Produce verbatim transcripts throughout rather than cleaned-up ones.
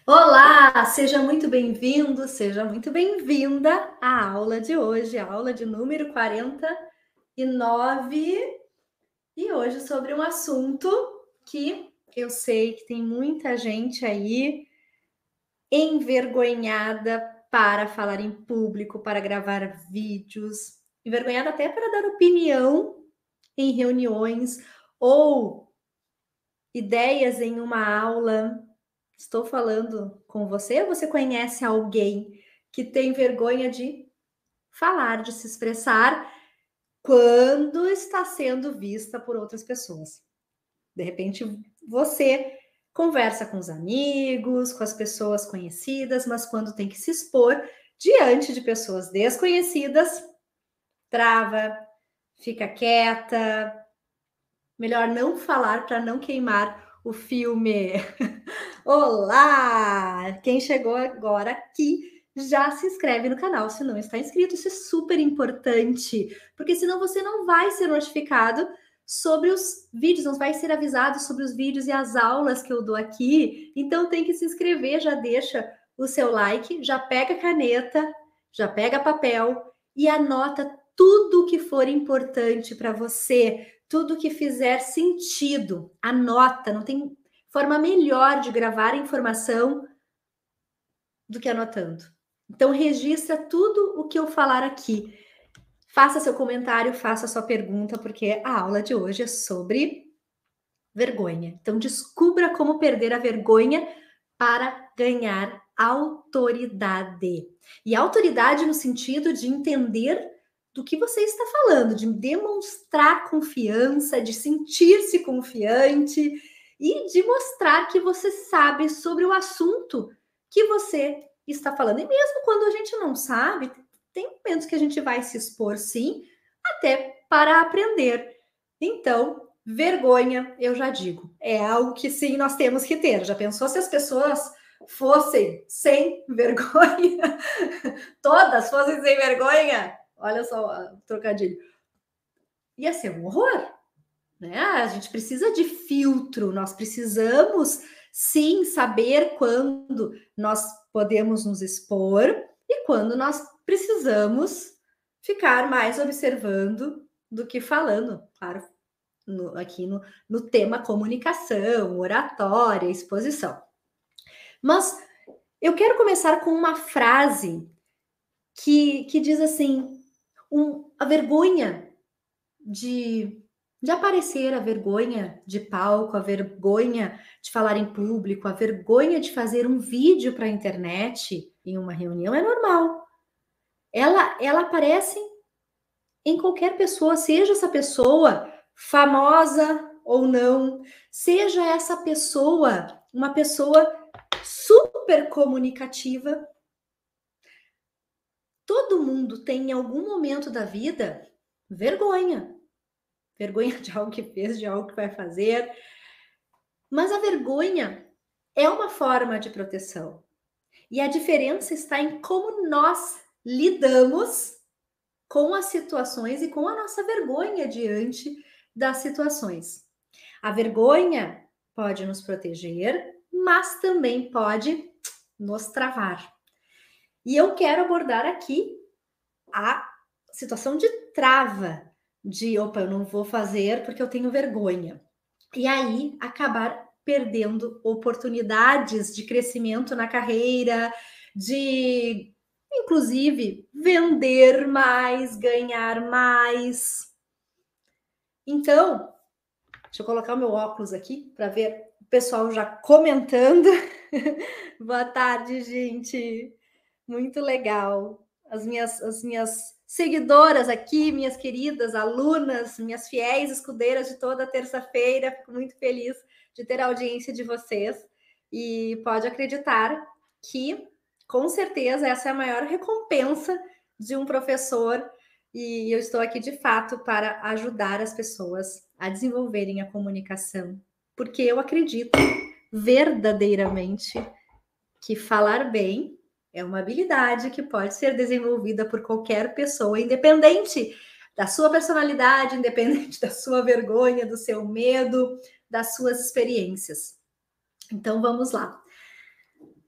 Olá, seja muito bem-vindo, seja muito bem-vinda à aula de hoje, a aula de número quarenta e nove, e hoje sobre um assunto que eu sei que tem muita gente aí envergonhada para falar em público, para gravar vídeos, envergonhada até para dar opinião em reuniões ou ideias em uma aula. Estou falando com você ou você conhece alguém que tem vergonha de falar, de se expressar quando está sendo vista por outras pessoas? De repente, você conversa com os amigos, com as pessoas conhecidas, mas quando tem que se expor diante de pessoas desconhecidas, trava, fica quieta, melhor não falar para não queimar o filme. Olá! Quem chegou agora aqui já se inscreve no canal se não está inscrito. Isso é super importante, porque senão você não vai ser notificado sobre os vídeos, não vai ser avisado sobre os vídeos e as aulas que eu dou aqui. Então tem que se inscrever, já deixa o seu like, já pega caneta, já pega papel e anota tudo que for importante para você, tudo que fizer sentido. Anota, não tem forma melhor de gravar a informação do que anotando. Então, registra tudo o que eu falar aqui. Faça seu comentário, faça sua pergunta, porque a aula de hoje é sobre vergonha. Então, descubra como perder a vergonha para ganhar autoridade. E autoridade no sentido de entender do que você está falando, de demonstrar confiança, de sentir-se confiante e de mostrar que você sabe sobre o assunto que você está falando. E mesmo quando a gente não sabe, tem momentos que a gente vai se expor, sim, até para aprender. Então, vergonha, eu já digo, é algo que sim, nós temos que ter. Já pensou se as pessoas fossem sem vergonha? Todas fossem sem vergonha? Olha só o trocadilho. Ia ser um horror, né? A gente precisa de filtro, nós precisamos sim saber quando nós podemos nos expor e quando nós precisamos ficar mais observando do que falando, claro, no, aqui no, no tema comunicação, oratória, exposição. Mas eu quero começar com uma frase que, que diz assim: um, a vergonha de, de aparecer, a vergonha de palco, a vergonha de falar em público, a vergonha de fazer um vídeo para a internet em uma reunião é normal. Ela, ela aparece em qualquer pessoa, seja essa pessoa famosa ou não, seja essa pessoa uma pessoa super comunicativa. Todo mundo tem em algum momento da vida vergonha. Vergonha de algo que fez, de algo que vai fazer. Mas a vergonha é uma forma de proteção. E a diferença está em como nós lidamos com as situações e com a nossa vergonha diante das situações. A vergonha pode nos proteger, mas também pode nos travar. E eu quero abordar aqui a situação de trava, de opa, eu não vou fazer porque eu tenho vergonha. E aí acabar perdendo oportunidades de crescimento na carreira, de inclusive vender mais, ganhar mais. Então, deixa eu colocar o meu óculos aqui para ver o pessoal já comentando. Boa tarde, gente. Muito legal. As minhas, as minhas seguidoras aqui, minhas queridas alunas, minhas fiéis escudeiras de toda terça-feira. Fico muito feliz de ter a audiência de vocês. E pode acreditar que, com certeza, essa é a maior recompensa de um professor. E eu estou aqui, de fato, para ajudar as pessoas a desenvolverem a comunicação. Porque eu acredito verdadeiramente que falar bem é uma habilidade que pode ser desenvolvida por qualquer pessoa, independente da sua personalidade, independente da sua vergonha, do seu medo, das suas experiências. Então, vamos lá.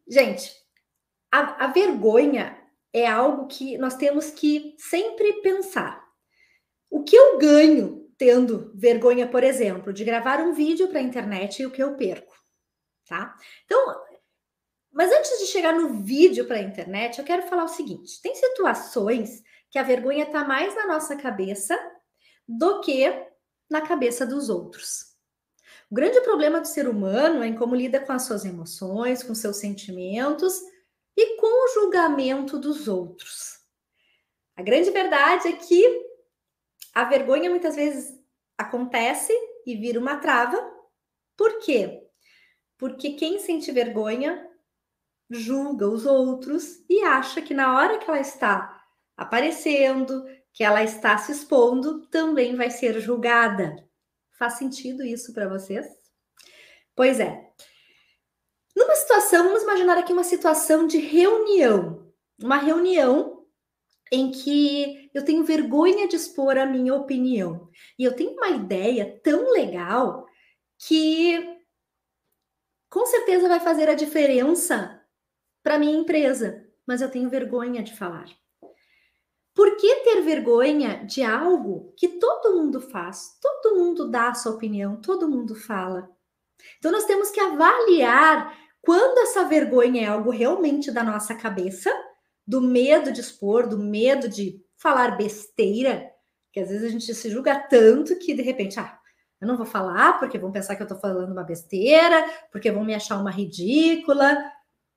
Gente, a, a vergonha é algo que nós temos que sempre pensar. O que eu ganho tendo vergonha, por exemplo, de gravar um vídeo para a internet e o que eu perco, tá? Então, mas antes de chegar no vídeo para a internet, eu quero falar o seguinte: tem situações que a vergonha está mais na nossa cabeça do que na cabeça dos outros. O grande problema do ser humano é em como lida com as suas emoções, com seus sentimentos e com o julgamento dos outros. A grande verdade é que a vergonha muitas vezes acontece e vira uma trava. Por quê? Porque quem sente vergonha julga os outros e acha que na hora que ela está aparecendo, que ela está se expondo, também vai ser julgada. Faz sentido isso para vocês? Pois é. Numa situação, vamos imaginar aqui uma situação de reunião. Uma reunião em que eu tenho vergonha de expor a minha opinião. E eu tenho uma ideia tão legal que com certeza vai fazer a diferença para minha empresa, mas eu tenho vergonha de falar. Por que ter vergonha de algo que todo mundo faz? Todo mundo dá a sua opinião, todo mundo fala. Então nós temos que avaliar quando essa vergonha é algo realmente da nossa cabeça, do medo de expor, do medo de falar besteira, que às vezes a gente se julga tanto que de repente, ah, eu não vou falar porque vão pensar que eu tô falando uma besteira, porque vão me achar uma ridícula.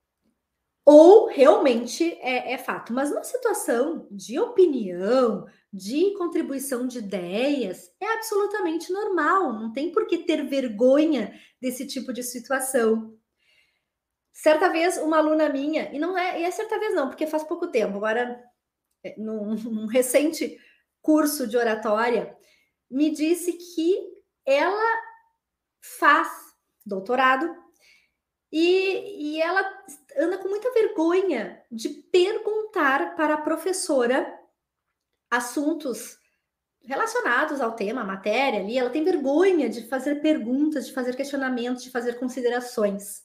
Ou realmente é, é fato. Mas numa situação de opinião, de contribuição de ideias, é absolutamente normal. Não tem por que ter vergonha desse tipo de situação. Certa vez, uma aluna minha, e não é, e é certa vez não, porque faz pouco tempo, agora, num, num recente curso de oratória, me disse que ela faz doutorado e, e ela anda com muita vergonha de perguntar para a professora assuntos relacionados ao tema, a matéria ali. Ela tem vergonha de fazer perguntas, de fazer questionamentos, de fazer considerações.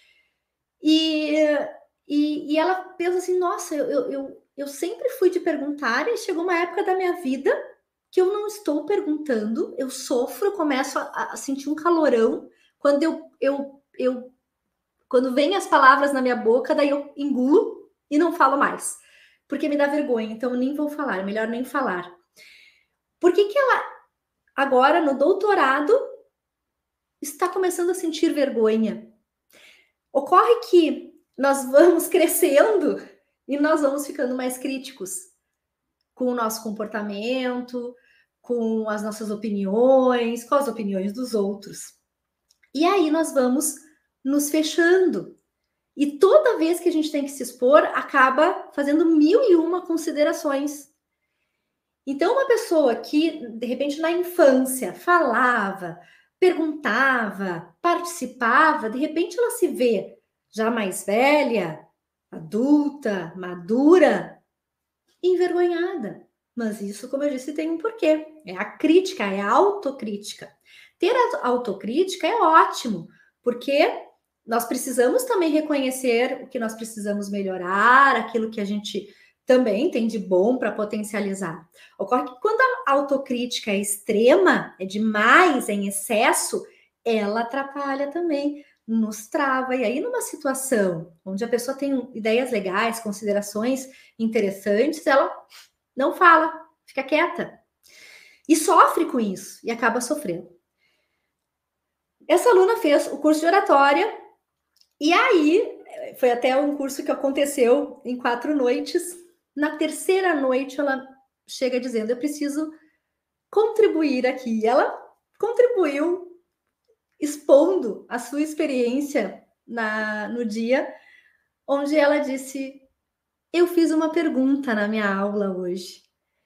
E, e, e ela pensa assim, nossa, eu, eu, eu sempre fui de perguntar e chegou uma época da minha vida que eu não estou perguntando, eu sofro, começo a, a sentir um calorão quando eu, eu, eu quando vem as palavras na minha boca, daí eu engulo e não falo mais, porque me dá vergonha, então eu nem vou falar, é melhor nem falar. Por que que ela, agora no doutorado, está começando a sentir vergonha? Ocorre que nós vamos crescendo e nós vamos ficando mais críticos com o nosso comportamento, com as nossas opiniões, com as opiniões dos outros. E aí nós vamos nos fechando. E toda vez que a gente tem que se expor, acaba fazendo mil e uma considerações. Então, uma pessoa que, de repente, na infância, falava, perguntava, participava, de repente ela se vê já mais velha, adulta, madura, envergonhada. Mas isso, como eu disse, tem um porquê. É a crítica, é a autocrítica. Ter a autocrítica é ótimo, porque nós precisamos também reconhecer o que nós precisamos melhorar, aquilo que a gente também tem de bom para potencializar. Ocorre que quando a autocrítica é extrema, é demais, é em excesso, ela atrapalha também, nos trava. E aí, numa situação onde a pessoa tem ideias legais, considerações interessantes, ela não fala, fica quieta. E sofre com isso, e acaba sofrendo. Essa aluna fez o curso de oratória, e aí, foi até um curso que aconteceu em quatro noites. Na terceira noite, ela chega dizendo, eu preciso contribuir aqui. E ela contribuiu expondo a sua experiência na, no dia, onde ela disse, eu fiz uma pergunta na minha aula hoje.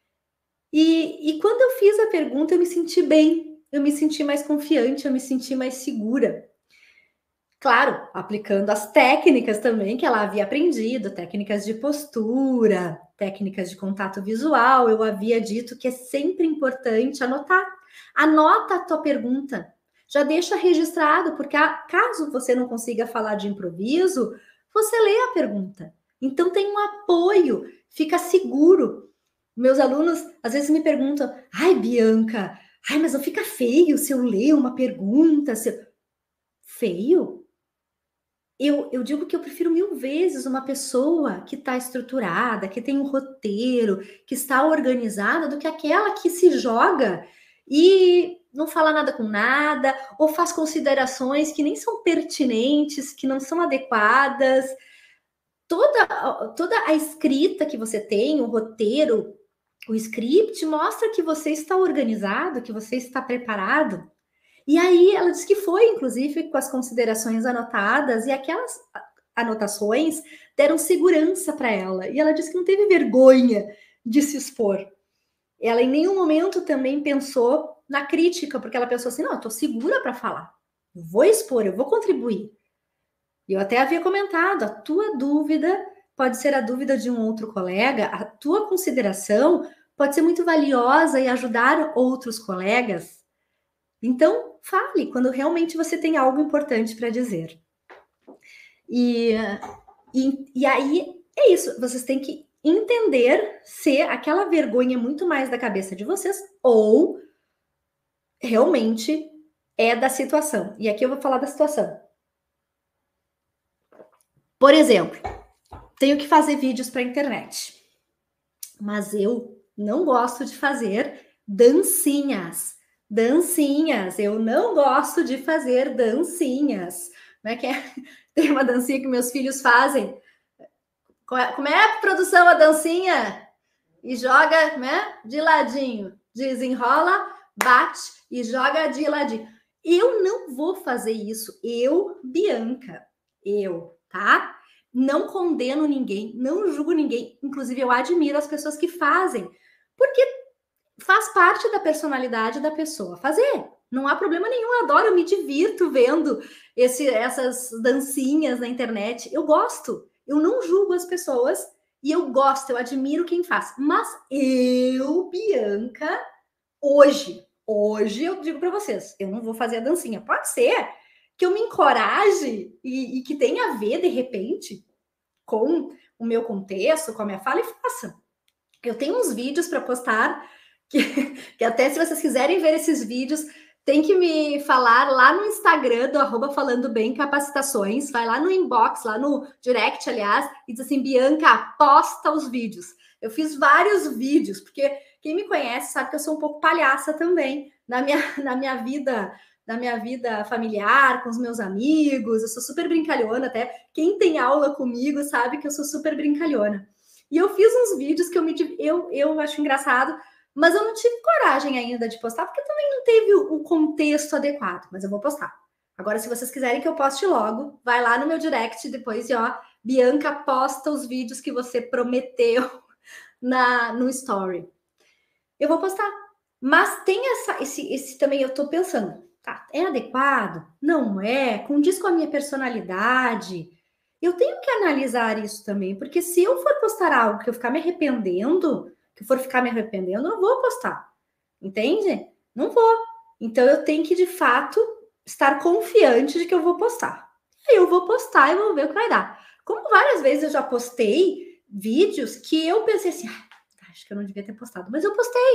E, e quando eu fiz a pergunta, eu me senti bem, eu me senti mais confiante, eu me senti mais segura. Claro, aplicando as técnicas também que ela havia aprendido, técnicas de postura, técnicas de contato visual. Eu havia dito que é sempre importante anotar. Anota a tua pergunta, já deixa registrado, porque caso você não consiga falar de improviso, você lê a pergunta. Então tem um apoio, fica seguro. Meus alunos às vezes me perguntam, ai, Bianca, ai, mas não fica feio se eu ler uma pergunta? Se eu... Feio? Eu, eu digo que eu prefiro mil vezes uma pessoa que está estruturada, que tem um roteiro, que está organizada, do que aquela que se joga e não fala nada com nada, ou faz considerações que nem são pertinentes, que não são adequadas. Toda, toda a escrita que você tem, o roteiro, o script, mostra que você está organizado, que você está preparado. E aí ela disse que foi, inclusive, com as considerações anotadas, e aquelas anotações deram segurança para ela. E ela disse que não teve vergonha de se expor. Ela em nenhum momento também pensou na crítica, porque ela pensou assim, não, eu estou segura para falar. Eu vou expor, eu vou contribuir. E eu até havia comentado, a tua dúvida pode ser a dúvida de um outro colega, a tua consideração pode ser muito valiosa e ajudar outros colegas. Então, fale quando realmente você tem algo importante para dizer. E, e, e aí, é isso. Vocês têm que entender se aquela vergonha é muito mais da cabeça de vocês ou realmente é da situação. E aqui eu vou falar da situação. Por exemplo, tenho que fazer vídeos para a internet. Mas eu não gosto de fazer dancinhas. Dancinhas, eu não gosto de fazer dancinhas. Como é que é? Tem uma dancinha que meus filhos fazem. Como é a produção, a dancinha? E joga, né? De ladinho. Desenrola, bate e joga de ladinho. Eu não vou fazer isso. Eu, Bianca, eu, tá? Não condeno ninguém, não julgo ninguém. Inclusive, eu admiro as pessoas que fazem. Porque faz parte da personalidade da pessoa fazer. Não há problema nenhum, eu adoro, eu me divirto vendo esse, essas dancinhas na internet. Eu gosto, eu não julgo as pessoas e eu gosto, eu admiro quem faz. Mas eu, Bianca, hoje, hoje eu digo para vocês, eu não vou fazer a dancinha. Pode ser que eu me encoraje e, e que tenha a ver, de repente, com o meu contexto, com a minha fala e faça. Eu tenho uns vídeos para postar que, que até se vocês quiserem ver esses vídeos, tem que me falar lá no Instagram do arroba Falando Bem Capacitações, vai lá no inbox, lá no direct, aliás, e diz assim, Bianca, posta os vídeos. Eu fiz vários vídeos, porque quem me conhece sabe que eu sou um pouco palhaça também na minha, na minha vida, na minha vida familiar, com os meus amigos, eu sou super brincalhona até. Quem tem aula comigo sabe que eu sou super brincalhona. E eu fiz uns vídeos que eu me eu, eu acho engraçado, mas eu não tive coragem ainda de postar, porque também não teve o contexto adequado, mas eu vou postar. Agora, se vocês quiserem que eu poste logo, vai lá no meu direct depois e ó, Bianca, posta os vídeos que você prometeu na, no story. Eu vou postar. Mas tem essa, esse, esse também, eu tô pensando, tá, é adequado? Não é? Condiz com a minha personalidade? Eu tenho que analisar isso também, porque se eu for postar algo que eu ficar me arrependendo, que eu for ficar me arrependendo, eu não vou postar. Entende? Não vou. Então eu tenho que, de fato, estar confiante de que eu vou postar. Aí eu vou postar e vou ver o que vai dar. Como várias vezes eu já postei vídeos que eu pensei assim, ah, acho que eu não devia ter postado, mas eu postei.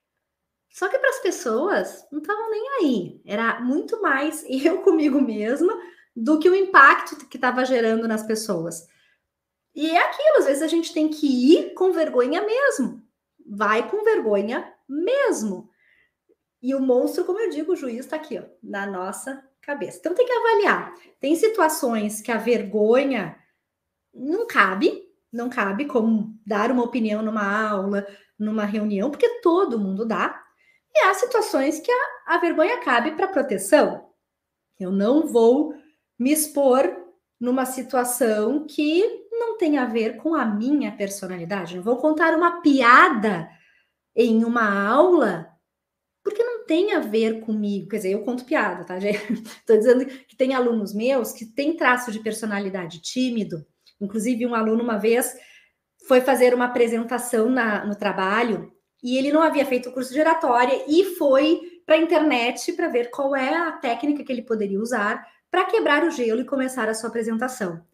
Só que para as pessoas não estavam nem aí. Era muito mais eu comigo mesma do que o impacto que estava gerando nas pessoas. E é aquilo, às vezes a gente tem que ir com vergonha mesmo. Vai com vergonha mesmo. E o monstro, como eu digo, o juiz está aqui, ó, na nossa cabeça. Então tem que avaliar. Tem situações que a vergonha não cabe, não cabe como dar uma opinião numa aula, numa reunião, porque todo mundo dá. E há situações que a, a vergonha cabe para proteção. Eu não vou me expor numa situação que não tem a ver com a minha personalidade. Não vou contar uma piada em uma aula porque não tem a ver comigo. Quer dizer, eu conto piada, tá, gente? Estou dizendo que tem alunos meus que têm traço de personalidade tímido. Inclusive, um aluno uma vez foi fazer uma apresentação na, no trabalho e ele não havia feito o curso de oratória e foi para a internet para ver qual é a técnica que ele poderia usar para quebrar o gelo e começar a sua apresentação.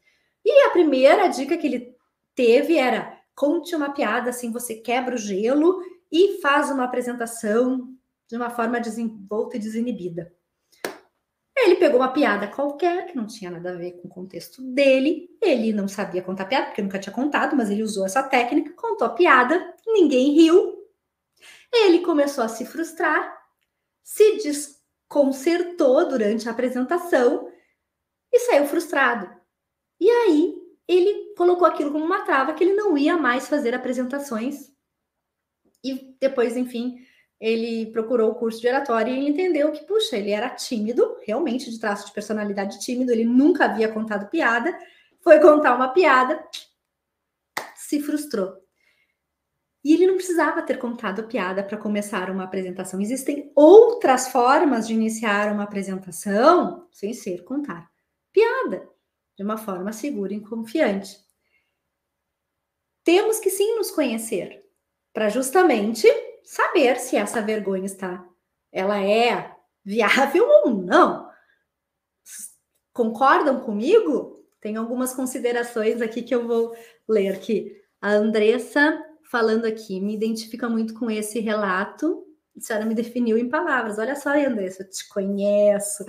E a primeira dica que ele teve era: conte uma piada, assim você quebra o gelo e faz uma apresentação de uma forma desenvolta e desinibida. Ele pegou uma piada qualquer, que não tinha nada a ver com o contexto dele. Ele não sabia contar piada, porque nunca tinha contado, mas ele usou essa técnica, contou a piada, ninguém riu. Ele começou a se frustrar, se desconcertou durante a apresentação e saiu frustrado. E aí, ele colocou aquilo como uma trava, que ele não ia mais fazer apresentações. E depois, enfim, ele procurou o curso de oratória e ele entendeu que, puxa, ele era tímido, realmente de traço de personalidade tímido, ele nunca havia contado piada, foi contar uma piada, se frustrou. E ele não precisava ter contado piada para começar uma apresentação. Existem outras formas de iniciar uma apresentação sem ser contar piada, de uma forma segura e confiante. Temos que sim nos conhecer, para justamente saber se essa vergonha está, ela é viável ou não. Concordam comigo? Tem algumas considerações aqui que eu vou ler aqui. A Andressa falando aqui, me identifica muito com esse relato. A senhora me definiu em palavras. Olha só, Andressa, eu te conheço.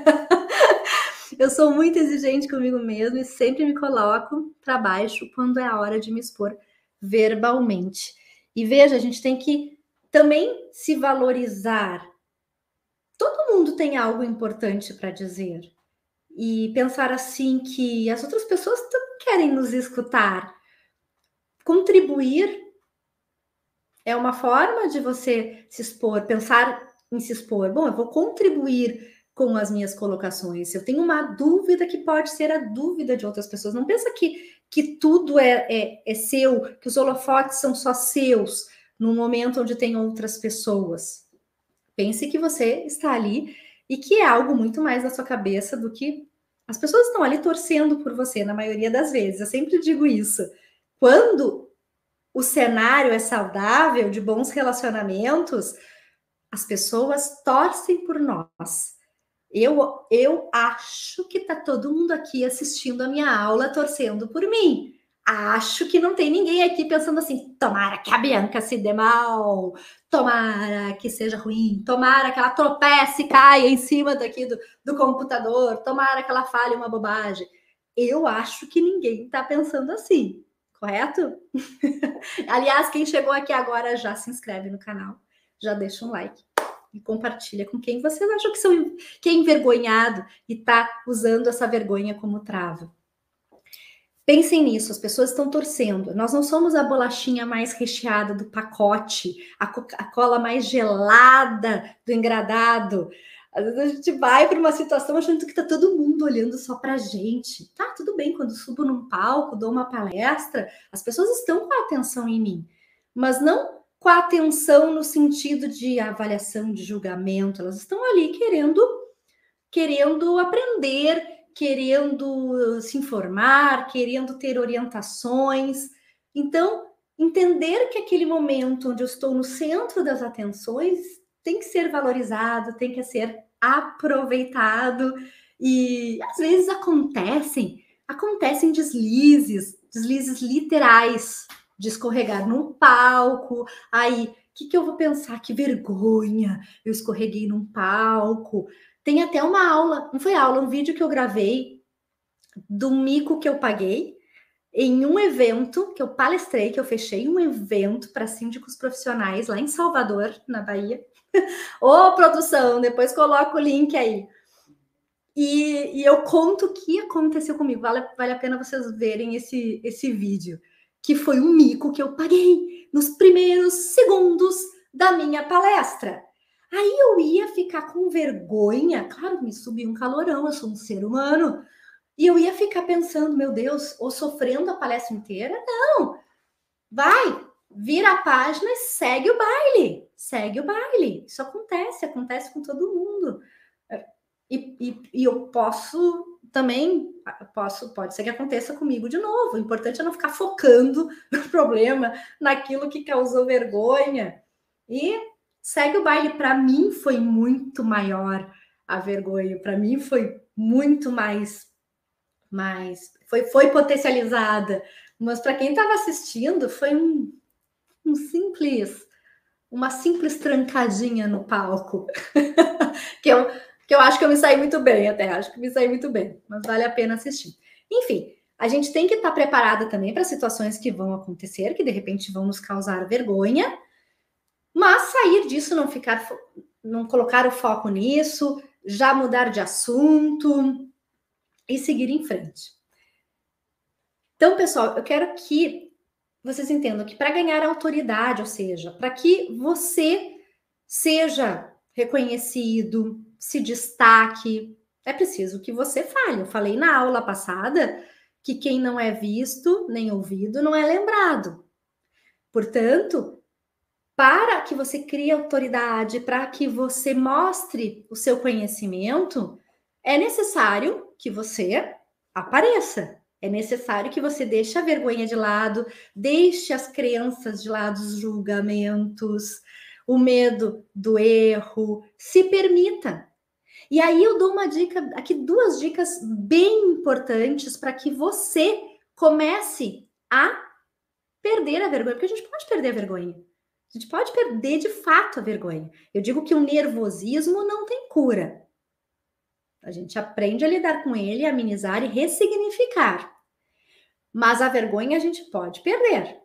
Eu sou muito exigente comigo mesma e sempre me coloco para baixo quando é a hora de me expor verbalmente. E veja, a gente tem que também se valorizar. Todo mundo tem algo importante para dizer. E pensar assim que as outras pessoas também querem nos escutar. Contribuir é uma forma de você se expor, pensar em se expor. Bom, eu vou contribuir com as minhas colocações. Eu tenho uma dúvida que pode ser a dúvida de outras pessoas. Não pensa que, que tudo é, é, é seu, que os holofotes são só seus, num momento onde tem outras pessoas. Pense que você está ali e que é algo muito mais na sua cabeça do que as pessoas estão ali torcendo por você, na maioria das vezes. Eu sempre digo isso. Quando o cenário é saudável, de bons relacionamentos, as pessoas torcem por nós. Eu, eu acho que tá todo mundo aqui assistindo a minha aula torcendo por mim. Acho que não tem ninguém aqui pensando assim, tomara que a Bianca se dê mal, tomara que seja ruim, tomara que ela tropece e caia em cima daqui do, do computador, tomara que ela fale uma bobagem. Eu acho que ninguém tá pensando assim, correto? Aliás, quem chegou aqui agora já se inscreve no canal, já deixa um like e compartilha com quem você acha que, são, que é envergonhado e tá usando essa vergonha como trava. Pensem nisso, as pessoas estão torcendo. Nós não somos a bolachinha mais recheada do pacote, a, co a cola mais gelada do engradado. Às vezes a gente vai para uma situação achando que está todo mundo olhando só para a gente. Tá, tudo bem, quando subo num palco, dou uma palestra, as pessoas estão com a atenção em mim, mas não com a atenção no sentido de avaliação, de julgamento. Elas estão ali querendo, querendo aprender, querendo se informar, querendo ter orientações. Então, entender que aquele momento onde eu estou no centro das atenções tem que ser valorizado, tem que ser aproveitado. E às vezes acontecem, acontecem deslizes, deslizes literais, de escorregar num palco. Aí, o que, que eu vou pensar? Que vergonha, eu escorreguei num palco. Tem até uma aula, não foi aula, um vídeo que eu gravei do mico que eu paguei em um evento que eu palestrei, que eu fechei um evento para síndicos profissionais lá em Salvador, na Bahia. Ô, produção, depois coloca o link aí. E, e eu conto o que aconteceu comigo. Vale, vale a pena vocês verem esse, esse vídeo, que foi um mico que eu paguei nos primeiros segundos da minha palestra. Aí eu ia ficar com vergonha, claro, me subiu um calorão, eu sou um ser humano, e eu ia ficar pensando, meu Deus, ou sofrendo a palestra inteira, não, vai, vira a página e segue o baile, segue o baile, isso acontece, acontece com todo mundo, e, e, e eu posso também, posso, pode ser que aconteça comigo de novo, o importante é não ficar focando no problema, naquilo que causou vergonha, e segue o baile. Para mim foi muito maior a vergonha, para mim foi muito mais, mais foi, foi potencializada. Mas para quem estava assistindo, foi um, um simples, uma simples trancadinha no palco. que, eu, que eu acho que eu me saí muito bem, até acho que me saí muito bem, mas vale a pena assistir. Enfim, a gente tem que estar preparada também para situações que vão acontecer, que de repente vão nos causar vergonha, mas sair disso, não ficar, não colocar o foco nisso, já mudar de assunto e seguir em frente. Então, pessoal, eu quero que vocês entendam que para ganhar autoridade, ou seja, para que você seja reconhecido, se destaque, é preciso que você fale. Eu falei na aula passada que quem não é visto nem ouvido não é lembrado. Portanto, para que você crie autoridade, para que você mostre o seu conhecimento, é necessário que você apareça. É necessário que você deixe a vergonha de lado, deixe as crenças de lado, os julgamentos, o medo do erro, se permita. E aí eu dou uma dica, aqui duas dicas bem importantes para que você comece a perder a vergonha, porque a gente pode perder a vergonha. A gente pode perder de fato a vergonha. Eu digo que o nervosismo não tem cura. A gente aprende a lidar com ele, amenizar e ressignificar. Mas a vergonha a gente pode perder.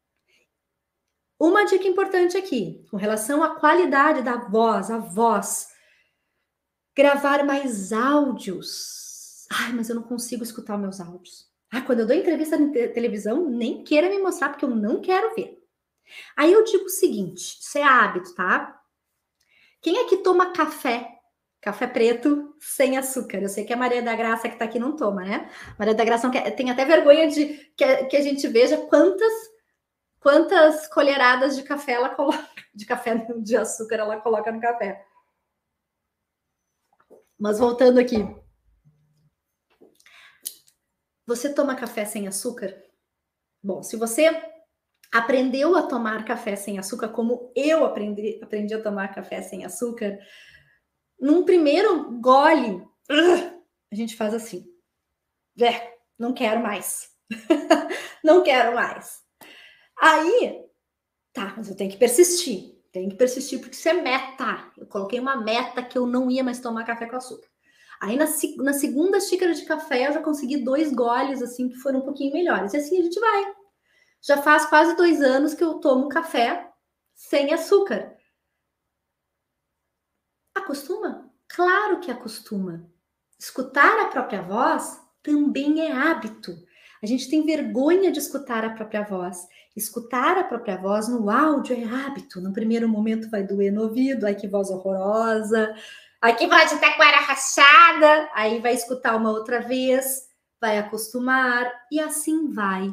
Uma dica importante aqui, com relação à qualidade da voz, a voz. Gravar mais áudios. Ai, mas eu não consigo escutar meus áudios. Ah, quando eu dou entrevista na te- televisão, nem queira me mostrar, porque eu não quero ver. Aí eu digo o seguinte, isso é hábito, tá? Quem é que toma café? Café preto sem açúcar. Eu sei que a Maria da Graça que tá aqui não toma, né? Maria da Graça não quer, tem até vergonha de que a, que a gente veja quantas quantas colheradas de café ela coloca, de café de açúcar ela coloca no café. Mas voltando aqui. Você toma café sem açúcar? Bom, se você aprendeu a tomar café sem açúcar, como eu aprendi, aprendi a tomar café sem açúcar, num primeiro gole, a gente faz assim. É, não quero mais. Não quero mais. Aí, tá, mas eu tenho que persistir. Tenho que persistir porque isso é meta. Eu coloquei uma meta que eu não ia mais tomar café com açúcar. Aí na, na segunda xícara de café eu já consegui dois goles assim que foram um pouquinho melhores. E assim a gente vai. Já faz quase dois anos que eu tomo café sem açúcar. Acostuma? Claro que acostuma. Escutar a própria voz também é hábito. A gente tem vergonha de escutar a própria voz. Escutar a própria voz no áudio é hábito. No primeiro momento vai doer no ouvido, ai que voz horrorosa, ai que voz de taquara rachada, aí vai escutar uma outra vez, vai acostumar e assim vai.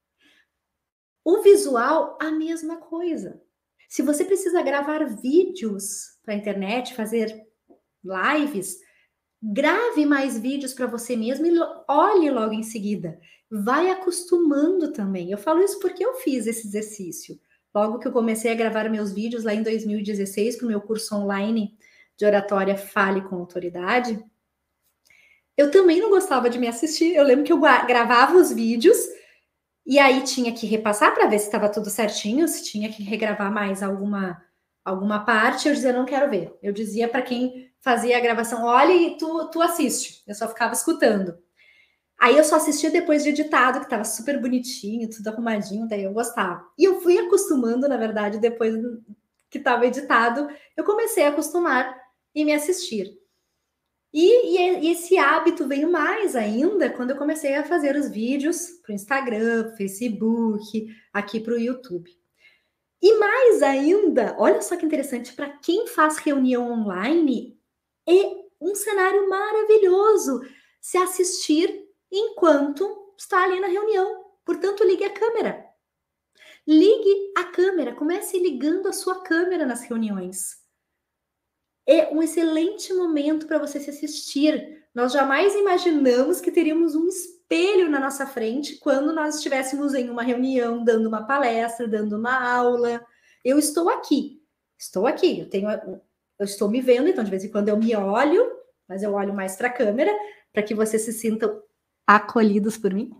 O visual, a mesma coisa. Se você precisa gravar vídeos para a internet, fazer lives, grave mais vídeos para você mesmo e olhe logo em seguida. Vai acostumando também. Eu falo isso porque eu fiz esse exercício. Logo que eu comecei a gravar meus vídeos lá em dois mil e dezesseis para o meu curso online de oratória Fale com Autoridade, eu também não gostava de me assistir. Eu lembro que eu gravava os vídeos e aí tinha que repassar para ver se estava tudo certinho, se tinha que regravar mais alguma alguma parte. Eu dizia, não quero ver. Eu dizia para quem fazia a gravação, olha e tu, tu assiste. Eu só ficava escutando. Aí eu só assistia depois de editado, que estava super bonitinho, tudo arrumadinho, daí eu gostava. E eu fui acostumando, na verdade, depois que estava editado, eu comecei a acostumar e me assistir. E, e, e esse hábito veio mais ainda quando eu comecei a fazer os vídeos para o Instagram, Facebook, aqui para o YouTube. E mais ainda, olha só que interessante, para quem faz reunião online, é um cenário maravilhoso se assistir enquanto está ali na reunião. Portanto, ligue a câmera. Ligue a câmera, comece ligando a sua câmera nas reuniões. É um excelente momento para você se assistir. Nós jamais imaginamos que teríamos um espelho na nossa frente quando nós estivéssemos em uma reunião, dando uma palestra, dando uma aula. Eu estou aqui, estou aqui, eu tenho, eu estou me vendo, então de vez em quando eu me olho, mas eu olho mais para a câmera, para que você se sinta acolhidos por mim,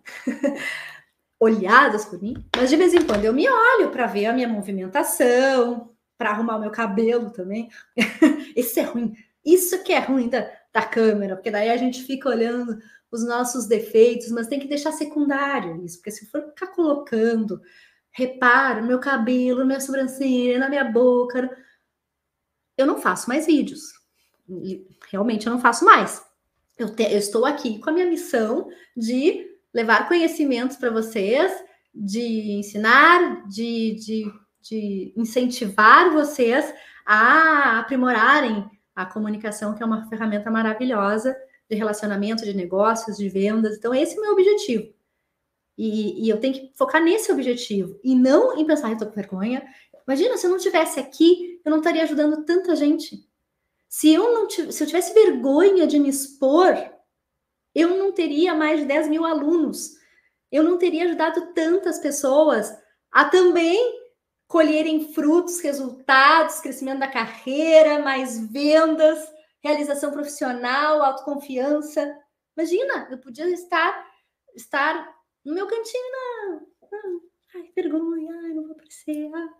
olhados por mim, mas de vez em quando eu me olho para ver a minha movimentação, para arrumar o meu cabelo também. Isso é ruim, isso que é ruim da, da câmera, porque daí a gente fica olhando os nossos defeitos, mas tem que deixar secundário isso, porque se for ficar colocando, repara no meu cabelo, na minha sobrancelha, na minha boca, eu não faço mais vídeos. Realmente eu não faço mais. Eu, te, eu estou aqui com a minha missão de levar conhecimentos para vocês, de ensinar, de, de, de incentivar vocês a aprimorarem a comunicação, que é uma ferramenta maravilhosa de relacionamento, de negócios, de vendas. Então, esse é o meu objetivo. E, e eu tenho que focar nesse objetivo e não em pensar, eu tô com vergonha. Imagina, se eu não estivesse aqui, eu não estaria ajudando tanta gente. Se eu não tivesse, se eu tivesse vergonha de me expor, eu não teria mais de dez mil alunos. Eu não teria ajudado tantas pessoas a também colherem frutos, resultados, crescimento da carreira, mais vendas, realização profissional, autoconfiança. Imagina, eu podia estar, estar no meu cantinho, não. não ai, vergonha, ai, não vou aparecer. Ah.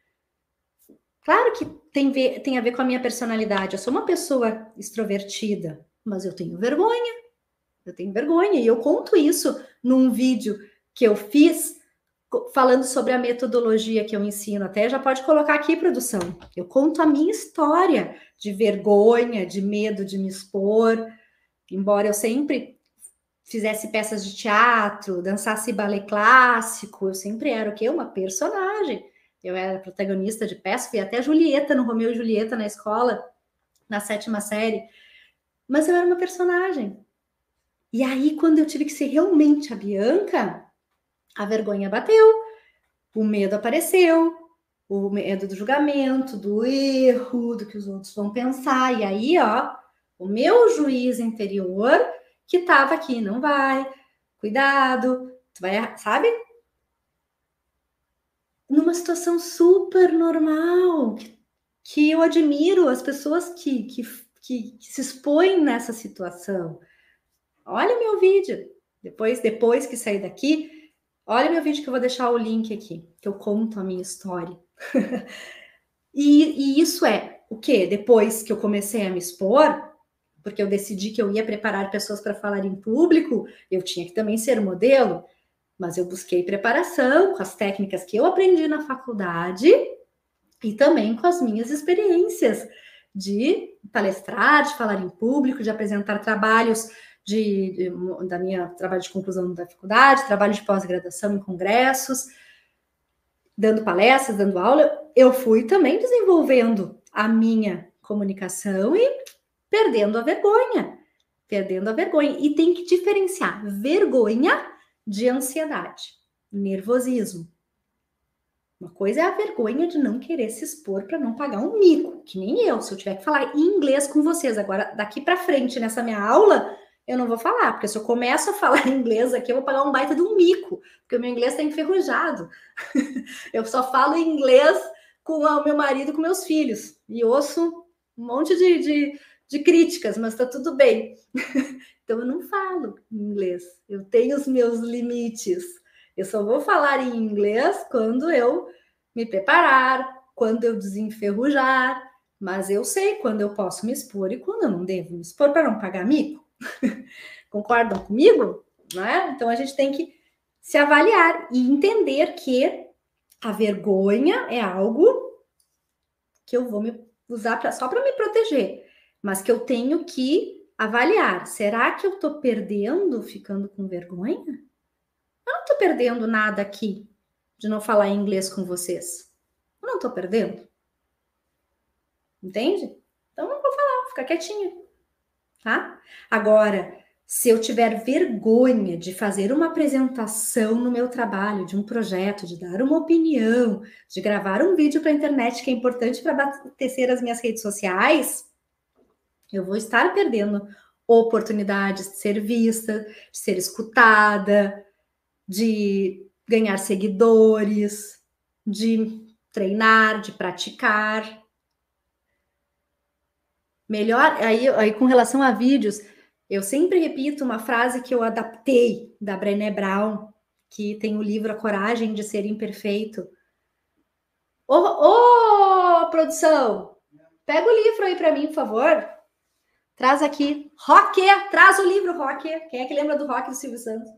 Claro que tem, ver, tem a ver com a minha personalidade. Eu sou uma pessoa extrovertida, mas eu tenho vergonha. Eu tenho vergonha. E eu conto isso num vídeo que eu fiz falando sobre a metodologia que eu ensino. Até já pode colocar aqui, produção. Eu conto a minha história de vergonha, de medo de me expor. Embora eu sempre fizesse peças de teatro, dançasse balé clássico, eu sempre era o quê? Uma personagem. Eu era protagonista de peça, fui até Julieta no Romeu e Julieta na escola, na sétima série. Mas eu era uma personagem. E aí, quando eu tive que ser realmente a Bianca, a vergonha bateu, o medo apareceu, o medo do julgamento, do erro, do que os outros vão pensar. E aí, ó, o meu juiz interior, que tava aqui, não vai, cuidado, tu vai, sabe? Numa situação super normal, que, que eu admiro as pessoas que, que, que, que se expõem nessa situação. Olha o meu vídeo, depois, depois que sair daqui, olha o meu vídeo que eu vou deixar o link aqui, que eu conto a minha história. e, e isso é o quê? Depois que eu comecei a me expor, porque eu decidi que eu ia preparar pessoas para falar em público, eu tinha que também ser modelo, mas eu busquei preparação com as técnicas que eu aprendi na faculdade e também com as minhas experiências de palestrar, de falar em público, de apresentar trabalhos de, de, da minha trabalho de conclusão da faculdade, trabalho de pós-graduação em congressos, dando palestras, dando aula. Eu fui também desenvolvendo a minha comunicação e perdendo a vergonha, perdendo a vergonha. E tem que diferenciar vergonha de ansiedade, nervosismo. Uma coisa é a vergonha de não querer se expor para não pagar um mico, que nem eu. Se eu tiver que falar em inglês com vocês agora, daqui para frente, nessa minha aula, eu não vou falar, porque se eu começo a falar inglês aqui, eu vou pagar um baita de um mico, porque o meu inglês está enferrujado. Eu só falo inglês com o meu marido, com meus filhos, e ouço um monte de, de, de críticas, mas está tudo bem. Então, eu não falo inglês, eu tenho os meus limites. Eu só vou falar em inglês quando eu me preparar, quando eu desenferrujar, mas eu sei quando eu posso me expor e quando eu não devo me expor para não pagar mico. Concordam comigo? Não é? Então, a gente tem que se avaliar e entender que a vergonha é algo que eu vou me usar pra, só para me proteger, mas que eu tenho que avaliar. Será que eu estou perdendo ficando com vergonha? Eu não estou perdendo nada aqui de não falar inglês com vocês. Eu não estou perdendo. Entende? Então não vou falar, vou ficar quietinha. Tá? Agora, se eu tiver vergonha de fazer uma apresentação no meu trabalho, de um projeto, de dar uma opinião, de gravar um vídeo para a internet que é importante para abastecer as minhas redes sociais, eu vou estar perdendo oportunidades de ser vista, de ser escutada, de ganhar seguidores, de treinar, de praticar. Melhor, aí, aí com relação a vídeos, Eu sempre repito uma frase que eu adaptei da Brené Brown, que tem o livro A Coragem de Ser Imperfeito. Ô, ô, produção, pega o livro aí para mim, por favor. Traz aqui. Rocker, traz o livro, Rocker. Quem é que lembra do Rock do Silvio Santos?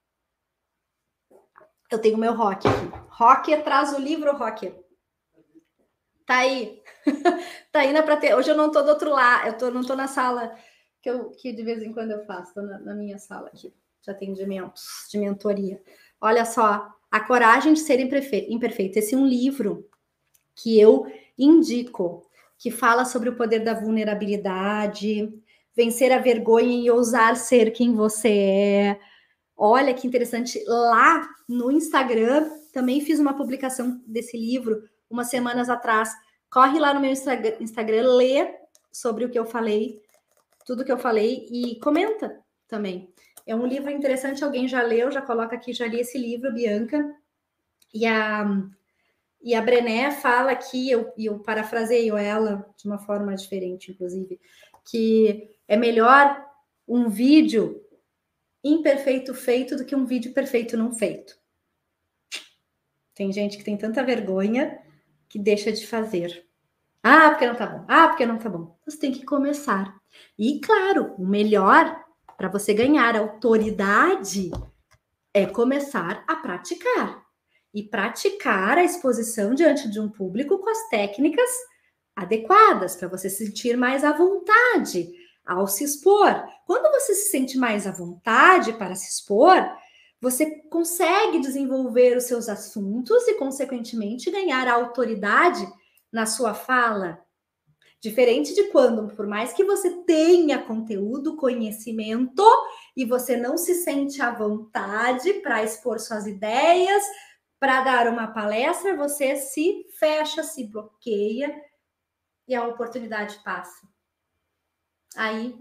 Eu tenho meu Rock aqui. Rocker, traz o livro, Rocker. Tá aí. Tá aí na prateia. Hoje eu não tô do outro lado, eu tô, não tô na sala que, eu, que de vez em quando eu faço, tô na, na minha sala aqui de atendimentos, de mentoria. Olha só, A Coragem de Ser Imperfeito. Esse é um livro que eu indico, que fala sobre o poder da vulnerabilidade, vencer a vergonha e ousar ser quem você é. Olha que interessante, lá no Instagram, também fiz uma publicação desse livro umas semanas atrás. Corre lá no meu Instagram, lê sobre o que eu falei, tudo que eu falei e comenta também. É um livro interessante, alguém já leu, já coloca aqui, já li esse livro, Bianca. E a, e a Brené fala aqui, eu, eu parafraseio ela de uma forma diferente, inclusive, que é melhor um vídeo imperfeito feito do que um vídeo perfeito não feito. Tem gente que tem tanta vergonha que deixa de fazer. Ah, porque não tá bom. Ah, porque não tá bom. Você tem que começar. E, claro, o melhor para você ganhar autoridade é começar a praticar. E praticar a exposição diante de um público com as técnicas adequadas para você se sentir mais à vontade ao se expor. Quando você se sente mais à vontade para se expor, você consegue desenvolver os seus assuntos e, consequentemente, ganhar autoridade na sua fala. Diferente de quando, por mais que você tenha conteúdo, conhecimento, e você não se sente à vontade para expor suas ideias, para dar uma palestra, você se fecha, se bloqueia e a oportunidade passa. Aí,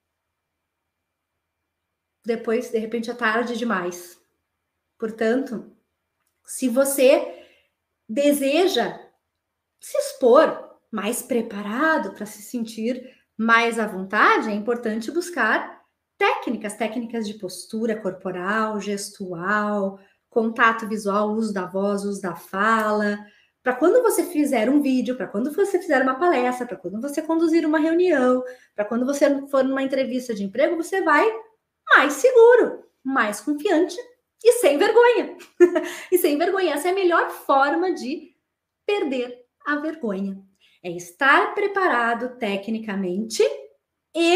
depois, de repente, é tarde demais. Portanto, se você deseja se expor mais preparado para se sentir mais à vontade, é importante buscar técnicas, técnicas de postura corporal, gestual, contato visual, uso da voz, uso da fala, para quando você fizer um vídeo, para quando você fizer uma palestra, para quando você conduzir uma reunião, para quando você for numa entrevista de emprego, você vai mais seguro, mais confiante e sem vergonha. E sem vergonha, essa é a melhor forma de perder a vergonha. É estar preparado tecnicamente e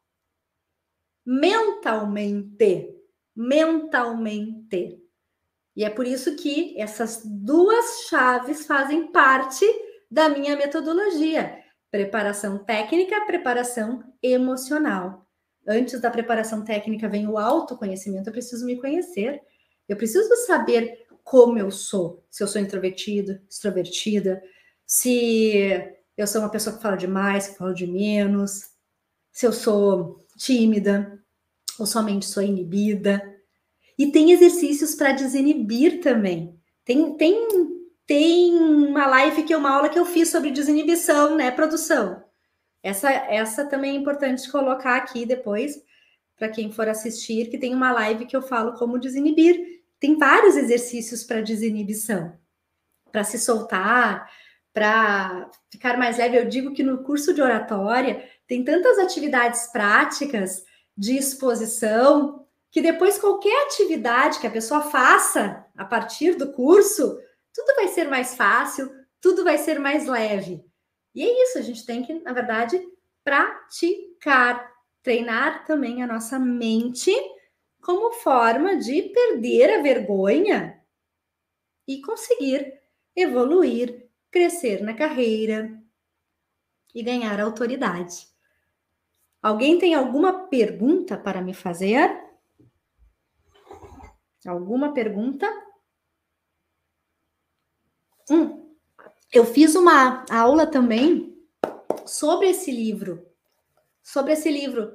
mentalmente. Mentalmente. E é por isso que essas duas chaves fazem parte da minha metodologia. Preparação técnica, preparação emocional. Antes da preparação técnica vem o autoconhecimento, eu preciso me conhecer. Eu preciso saber como eu sou. Se eu sou introvertido, extrovertida, se eu sou uma pessoa que fala demais, que fala de menos, se eu sou tímida ou somente sou inibida. E tem exercícios para desinibir também. Tem, tem, tem uma live que é uma aula que eu fiz sobre desinibição, né, produção? Essa, essa também é importante colocar aqui depois, para quem for assistir, que tem uma live que eu falo como desinibir. Tem vários exercícios para desinibição, para se soltar, para ficar mais leve. Eu digo que no curso de oratória tem tantas atividades práticas de exposição, que depois qualquer atividade que a pessoa faça a partir do curso, tudo vai ser mais fácil, tudo vai ser mais leve. E é isso, a gente tem que, na verdade, praticar, treinar também a nossa mente como forma de perder a vergonha e conseguir evoluir, crescer na carreira e ganhar autoridade. Alguém tem alguma pergunta para me fazer? Alguma pergunta? Hum, eu fiz uma aula também sobre esse livro. Sobre esse livro.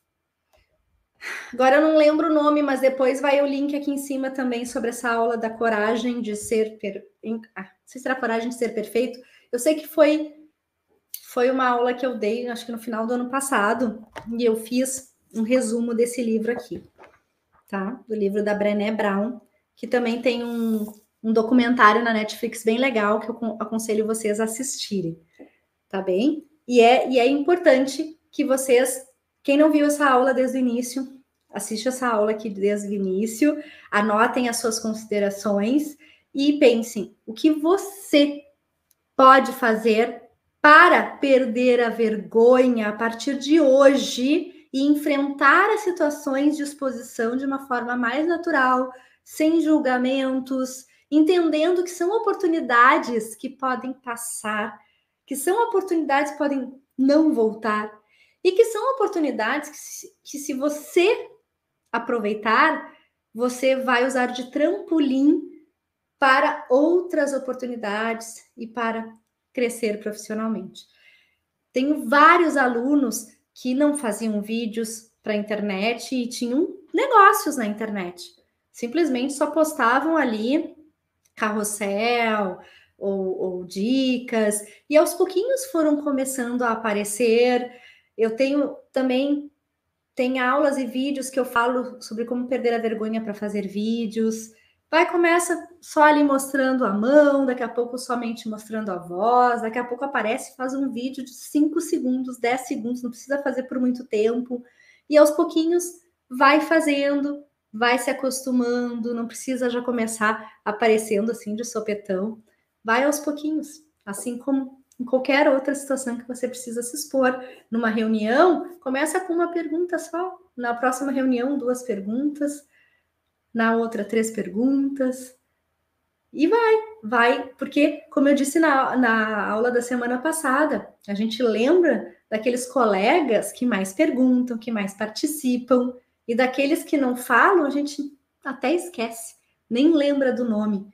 Agora eu não lembro o nome, mas depois vai o link aqui em cima também sobre essa aula da coragem de ser... Per... Ah, não sei se era coragem de ser perfeito. Eu sei que foi, foi uma aula que eu dei, acho que no final do ano passado, e eu fiz um resumo desse livro aqui, tá? Do livro da Brené Brown, que também tem um, um documentário na Netflix bem legal que eu aconselho vocês a assistirem, tá bem? E é, e é importante que vocês, quem não viu essa aula desde o início, assiste essa aula aqui desde o início, anotem as suas considerações e pensem o que você pode fazer para perder a vergonha a partir de hoje e enfrentar as situações de exposição de uma forma mais natural, sem julgamentos, entendendo que são oportunidades que podem passar, que são oportunidades que podem não voltar e que são oportunidades que, se, que se você aproveitar, você vai usar de trampolim para outras oportunidades e para crescer profissionalmente. Tenho vários alunos que não faziam vídeos para a internet e tinham negócios na internet. Simplesmente só postavam ali carrossel ou, ou dicas, e aos pouquinhos foram começando a aparecer. Eu tenho também tem aulas e vídeos que eu falo sobre como perder a vergonha para fazer vídeos. Vai, começa só ali mostrando a mão, daqui a pouco somente mostrando a voz, daqui a pouco aparece, faz um vídeo de cinco segundos, dez segundos, não precisa fazer por muito tempo. E aos pouquinhos vai fazendo, vai se acostumando, não precisa já começar aparecendo assim de sopetão. Vai aos pouquinhos, assim como em qualquer outra situação que você precisa se expor. Numa reunião, começa com uma pergunta só. Na próxima reunião, duas perguntas. Na outra, três perguntas. E vai, vai. Porque, como eu disse na, na aula da semana passada, a gente lembra daqueles colegas que mais perguntam, que mais participam. E daqueles que não falam, a gente até esquece. Nem lembra do nome.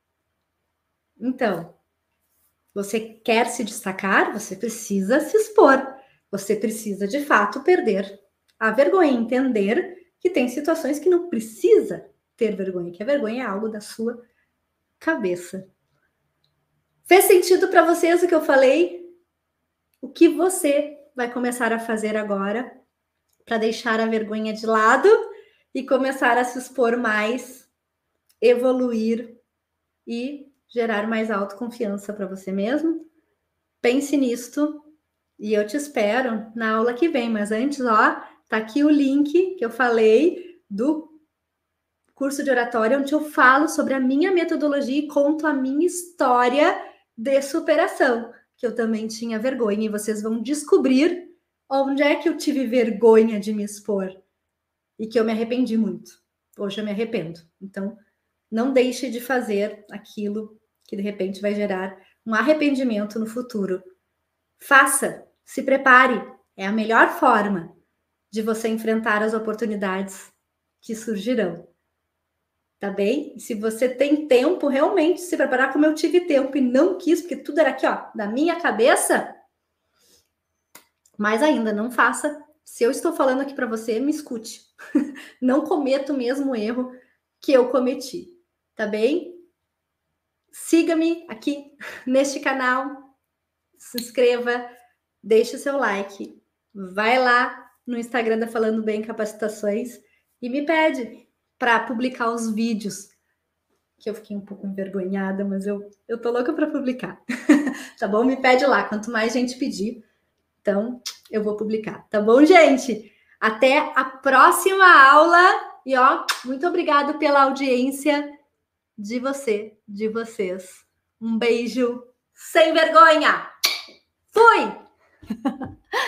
Então, você quer se destacar, você precisa se expor. Você precisa, de fato, perder a vergonha, entender que tem situações que não precisa ter vergonha, que a vergonha é algo da sua cabeça. Fez sentido para vocês o que eu falei? O que você vai começar a fazer agora para deixar a vergonha de lado e começar a se expor mais, evoluir e gerar mais autoconfiança para você mesmo? Pense nisto e eu te espero na aula que vem. Mas antes, ó, tá aqui o link que eu falei do curso de oratória, onde eu falo sobre a minha metodologia e conto a minha história de superação, que eu também tinha vergonha, e vocês vão descobrir onde é que eu tive vergonha de me expor e que eu me arrependi muito. Hoje eu me arrependo. Então, não deixe de fazer aquilo que de repente vai gerar um arrependimento no futuro. Faça, se prepare. É a melhor forma de você enfrentar as oportunidades que surgirão. Tá bem? E se você tem tempo realmente se preparar, como eu tive tempo e não quis, porque tudo era aqui, ó, da minha cabeça, mais ainda, não faça. Se eu estou falando aqui para você, me escute. Não cometa o mesmo erro que eu cometi. Tá bem? Siga-me aqui neste canal, se inscreva, deixe o seu like, vai lá no Instagram da Falando Bem Capacitações e me pede para publicar os vídeos, que eu fiquei um pouco envergonhada, mas eu, eu tô louca para publicar, tá bom? Me pede lá, quanto mais gente pedir, então eu vou publicar, tá bom, gente? Até a próxima aula e ó, muito obrigado pela audiência de você, de vocês. Um beijo sem vergonha. Fui!